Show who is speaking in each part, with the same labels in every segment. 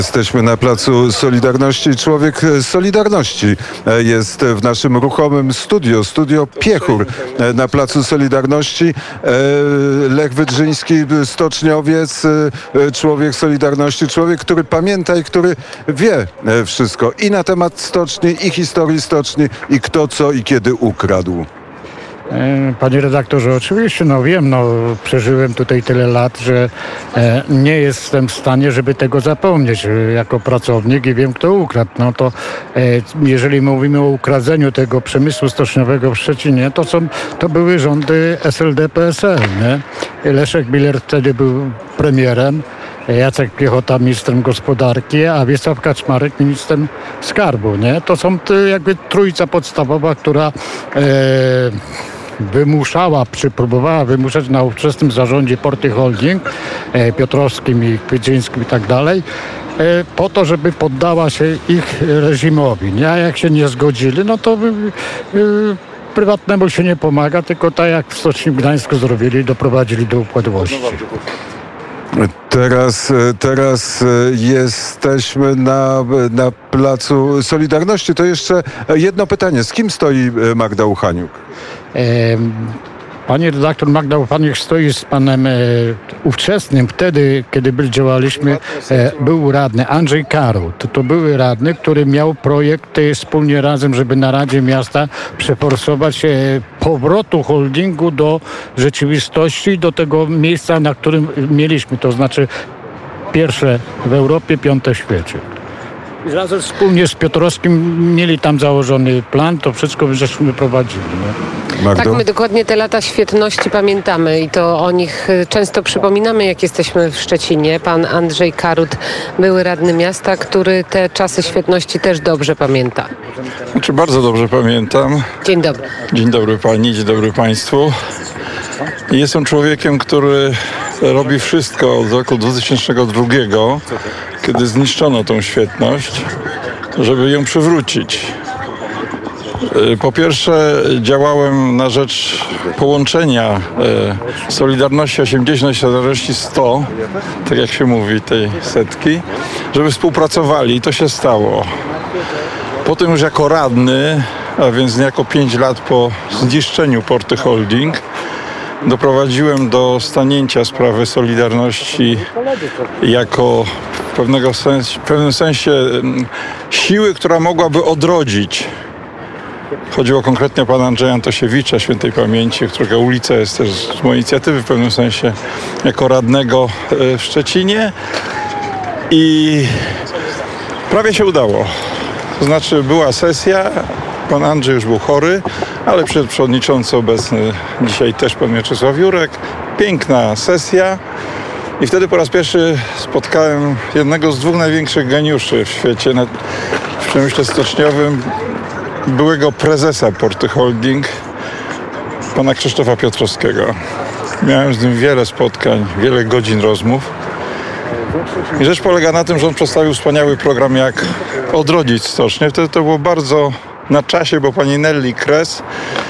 Speaker 1: Jesteśmy na Placu Solidarności. Człowiek Solidarności jest w naszym ruchomym studio Piechur na Placu Solidarności. Lech Wydrzyński, stoczniowiec, człowiek Solidarności, człowiek, który pamięta i który wie wszystko i na temat stoczni, i historii stoczni, i kto, co i kiedy ukradł.
Speaker 2: Panie redaktorze, oczywiście, wiem, przeżyłem tutaj tyle lat, że nie jestem w stanie, żeby tego zapomnieć jako pracownik i wiem, kto ukradł. To jeżeli mówimy o ukradzeniu tego przemysłu stoczniowego w Szczecinie, to były rządy SLD-PSL, nie? Leszek Miller wtedy był premierem, Jacek Piechota ministrem gospodarki, a Wiesław Kaczmarek ministrem skarbu, nie? To są jakby trójca podstawowa, która próbowała wymuszać na ówczesnym zarządzie Porty Holding, Piotrowskim i Kwiecińskim i tak dalej, po to, żeby poddała się ich reżimowi. Nie? A jak się nie zgodzili, to prywatnemu się nie pomaga, tylko tak jak w Stoczni Gdańsku zrobili, doprowadzili do upadłości.
Speaker 1: Teraz jesteśmy na Placu Solidarności. To jeszcze jedno pytanie. Z kim stoi Magda Uchaniuk?
Speaker 2: Pani redaktor Magda Uchaniuk stoi z panem ówczesnym, wtedy, kiedy działaliśmy, był radny Andrzej Karut. To był radny, który miał projekt wspólnie razem, żeby na Radzie Miasta przeforsować powrotu holdingu do rzeczywistości, do tego miejsca, na którym mieliśmy, to znaczy pierwsze w Europie, piąte w świecie. I razem wspólnie z Piotrowskim mieli tam założony plan, to wszystko żeśmy prowadzili.
Speaker 1: Magdo?
Speaker 3: Tak, my dokładnie te lata świetności pamiętamy i to o nich często przypominamy, jak jesteśmy w Szczecinie. Pan Andrzej Karut, były radny miasta, który te czasy świetności też dobrze pamięta.
Speaker 4: Bardzo dobrze pamiętam.
Speaker 3: Dzień dobry.
Speaker 4: Dzień dobry pani, dzień dobry państwu. Jestem człowiekiem, który robi wszystko od roku 2002, kiedy zniszczono tą świetność, żeby ją przywrócić. Po pierwsze, działałem na rzecz połączenia Solidarności 80 i Solidarności 100, tak jak się mówi, tej setki, żeby współpracowali i to się stało. Potem już jako radny, a więc niejako 5 lat po zniszczeniu Porty Holding, doprowadziłem do stanięcia sprawy Solidarności jako w pewnym sensie siły, która mogłaby odrodzić. Chodziło konkretnie o pana Andrzeja Antosiewicza, świętej pamięci, którego ulica jest też z mojej inicjatywy w pewnym sensie jako radnego w Szczecinie. I prawie się udało. To znaczy była sesja, pan Andrzej już był chory, ale przyszedł przewodniczący obecny dzisiaj też pan Mieczysław Jurek. Piękna sesja. I wtedy po raz pierwszy spotkałem jednego z dwóch największych geniuszy w świecie, w przemyśle stoczniowym, byłego prezesa Porty Holding, pana Krzysztofa Piotrowskiego. Miałem z nim wiele spotkań, wiele godzin rozmów. I rzecz polega na tym, że on przedstawił wspaniały program, jak odrodzić stocznię. Wtedy to było bardzo na czasie, bo pani Nelly Kres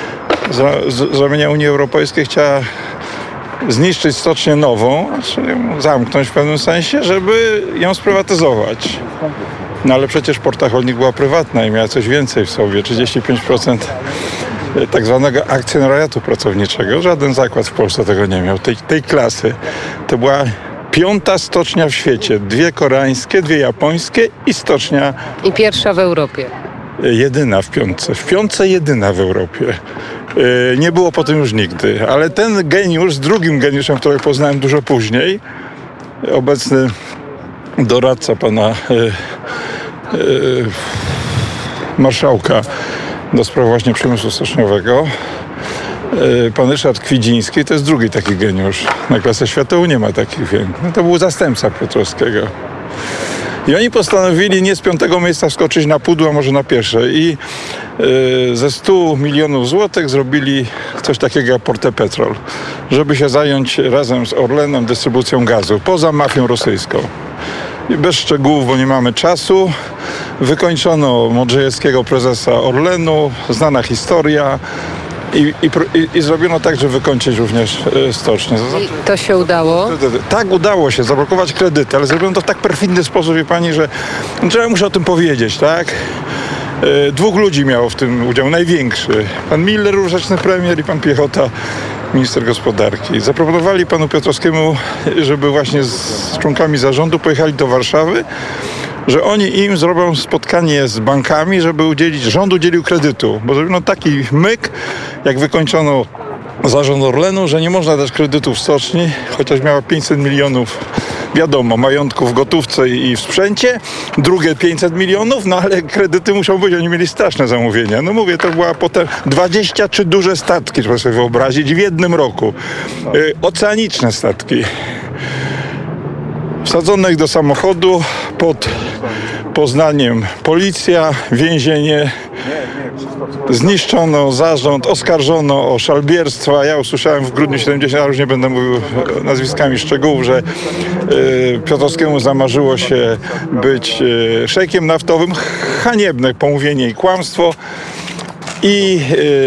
Speaker 4: z ramienia Unii Europejskiej chciała zniszczyć stocznię nową, czyli ją zamknąć w pewnym sensie, żeby ją sprywatyzować. Ale przecież Porta Holding była prywatna i miała coś więcej w sobie, 35% tak zwanego akcjonariatu pracowniczego. Żaden zakład w Polsce tego nie miał, tej klasy. To była 5. stocznia w świecie. 2 koreańskie, 2 japońskie i stocznia...
Speaker 3: I pierwsza w Europie.
Speaker 4: Jedyna w piątce. W piątce jedyna w Europie. Nie było potem już nigdy. Ale ten geniusz z drugim geniuszem, którego poznałem dużo później, obecny doradca pana marszałka do spraw właśnie przemysłu stoczniowego, pan Ryszard Kwidziński, to jest drugi taki geniusz. Na klasę światową nie ma takich większych. To był zastępca Piotrowskiego. I oni postanowili nie z 5. miejsca wskoczyć na pudło, a może na pierwsze. I ze 100 milionów złotych zrobili coś takiego jak Portę Petrol, żeby się zająć razem z Orlenem dystrybucją gazu, poza mafią rosyjską. I bez szczegółów, bo nie mamy czasu, wykończono Modrzejewskiego, prezesa Orlenu, znana historia. I zrobiono tak, żeby wykończyć również stocznię.
Speaker 3: I to się udało.
Speaker 4: Tak, udało się zablokować kredyty, ale zrobiono to w tak perfidny sposób, wie pani, że ja muszę o tym powiedzieć, tak? Dwóch ludzi miało w tym udział, największy. Pan Miller, ówczesny premier, i pan Piechota, minister gospodarki. Zaproponowali panu Piotrowskiemu, żeby właśnie z członkami zarządu pojechali do Warszawy, że oni im zrobią spotkanie z bankami, żeby rząd udzielił kredytu. Bo zrobiono taki myk, jak wykończono zarząd Orlenu, że nie można dać kredytu w stoczni, chociaż miała 500 milionów, wiadomo, majątku w gotówce i w sprzęcie, drugie 500 milionów, no ale kredyty muszą być, oni mieli straszne zamówienia. No mówię, to była potem 23 duże statki, trzeba sobie wyobrazić, w jednym roku. Oceaniczne statki. Wsadzono ich do samochodu, pod Poznaniem policja, więzienie, zniszczono zarząd, oskarżono o szalbierstwa. Ja usłyszałem w grudniu 70, ja już nie będę mówił nazwiskami szczegółów, że Piotrowskiemu zamarzyło się być szejkiem naftowym. Haniebne pomówienie i kłamstwo. I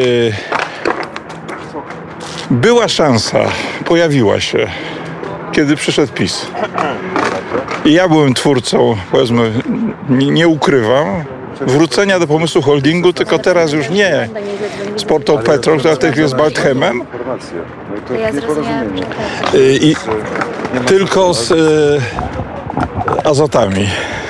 Speaker 4: była szansa, pojawiła się, kiedy przyszedł PiS. I ja byłem twórcą, powiedzmy, nie ukrywam, wrócenia do pomysłu holdingu, tylko teraz już nie z Portą Petrol, która w tej chwili jest Balthemem, i tylko z Azotami.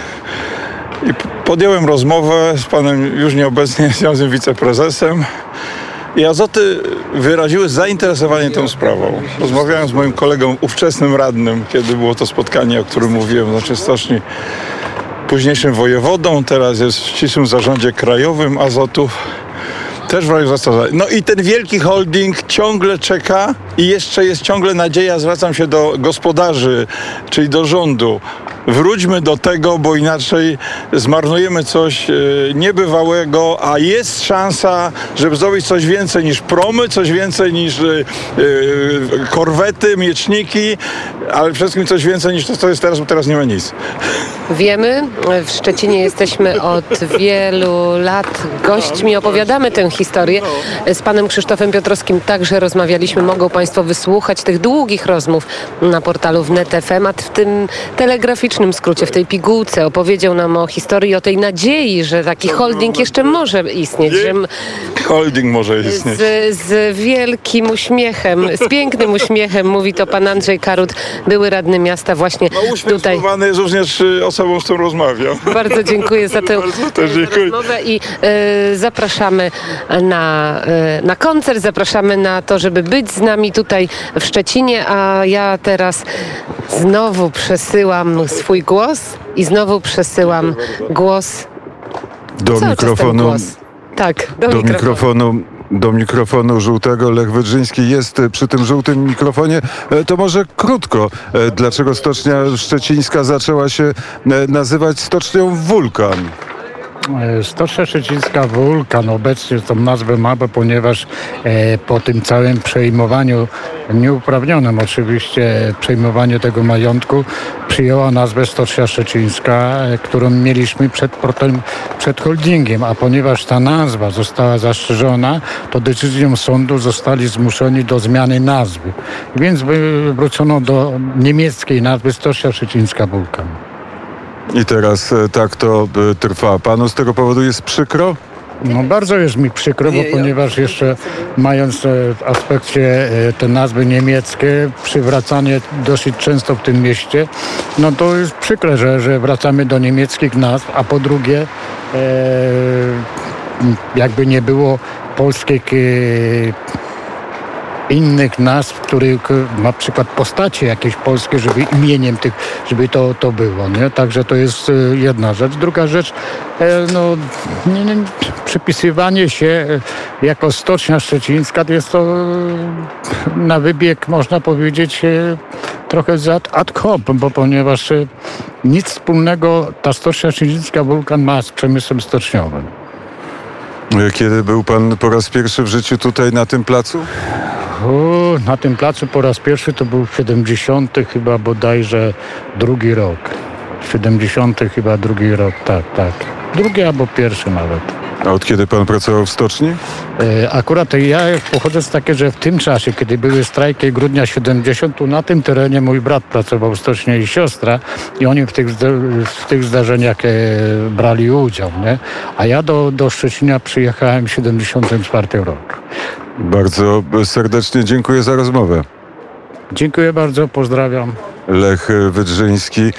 Speaker 4: I podjąłem rozmowę z panem już nieobecnie związkiem wiceprezesem. I Azoty wyraziły zainteresowanie tą sprawą. Rozmawiałem z moim kolegą, ówczesnym radnym, kiedy było to spotkanie, o którym mówiłem, znaczy stoczni, późniejszym wojewodą, teraz jest w ścisłym zarządzie krajowym Azotów. Też w razie zastosowania. No i ten wielki holding ciągle czeka i jeszcze jest ciągle nadzieja, zwracam się do gospodarzy, czyli do rządu. Wróćmy do tego, bo inaczej zmarnujemy coś niebywałego, a jest szansa, żeby zrobić coś więcej niż promy, coś więcej niż korwety, mieczniki, ale przede wszystkim coś więcej niż to, co jest teraz, bo teraz nie ma nic.
Speaker 3: Wiemy, w Szczecinie jesteśmy od wielu lat gośćmi, opowiadamy tę historię. Z panem Krzysztofem Piotrowskim także rozmawialiśmy. Mogą państwo wysłuchać tych długich rozmów na portalu wnet.fm, a w tym telegraficznym skrócie, w tej pigułce opowiedział nam o historii, o tej nadziei, że taki holding jeszcze może istnieć. Że
Speaker 4: holding może istnieć.
Speaker 3: Z wielkim uśmiechem, z pięknym uśmiechem mówi to pan Andrzej Karut, były radny miasta właśnie tutaj.
Speaker 4: Jest również osobą, z którą rozmawiam.
Speaker 3: Bardzo dziękuję za tę rozmowę i zapraszamy na koncert, zapraszamy na to, żeby być z nami tutaj w Szczecinie, a ja teraz znowu przesyłam swój głos i znowu przesyłam głos
Speaker 1: do mikrofonu.
Speaker 3: Tak, do
Speaker 1: mikrofonu żółtego. Lech Wydrzyński jest przy tym żółtym mikrofonie. To może krótko. Dlaczego Stocznia Szczecińska zaczęła się nazywać Stocznią Wulkan?
Speaker 2: Stocznia Szczecińska Wulkan obecnie tą nazwę ma, ponieważ po tym całym przejmowaniu, nieuprawnionym oczywiście przejmowaniu tego majątku, przyjęła nazwę Stocznia Szczecińska, którą mieliśmy przed holdingiem, a ponieważ ta nazwa została zastrzeżona, to decyzją sądu zostali zmuszeni do zmiany nazwy. Więc wrócono do niemieckiej nazwy Stocznia Szczecińska Wulkan.
Speaker 1: I teraz tak to trwa. Panu z tego powodu jest przykro?
Speaker 2: No bardzo jest mi przykro, ponieważ jeszcze mając w aspekcie te nazwy niemieckie, przywracanie dosyć często w tym mieście, no to jest przykre, że wracamy do niemieckich nazw, a po drugie jakby nie było polskich innych nazw, których na przykład postacie jakieś polskie, żeby imieniem tych, żeby to było, nie? Także to jest jedna rzecz. Druga rzecz, przypisywanie się jako Stocznia Szczecińska, to jest to na wybieg, można powiedzieć, trochę ad hoc, bo ponieważ nic wspólnego ta Stocznia Szczecińska Wulkan ma z przemysłem stoczniowym.
Speaker 1: Kiedy był pan po raz pierwszy w życiu tutaj na tym placu?
Speaker 2: Na tym placu po raz pierwszy to był 70. chyba bodajże drugi rok. 70. chyba drugi rok, tak. Drugi albo pierwszy nawet.
Speaker 1: A od kiedy pan pracował w stoczni?
Speaker 2: Akurat ja pochodzę z takiej, że w tym czasie, kiedy były strajki grudnia 70, tu na tym terenie mój brat pracował w stoczni i siostra i oni w tych zdarzeniach brali udział, nie? A ja do Szczecina przyjechałem w 74 roku.
Speaker 1: Bardzo serdecznie dziękuję za rozmowę.
Speaker 2: Dziękuję bardzo, pozdrawiam.
Speaker 1: Lech Wydrzyński.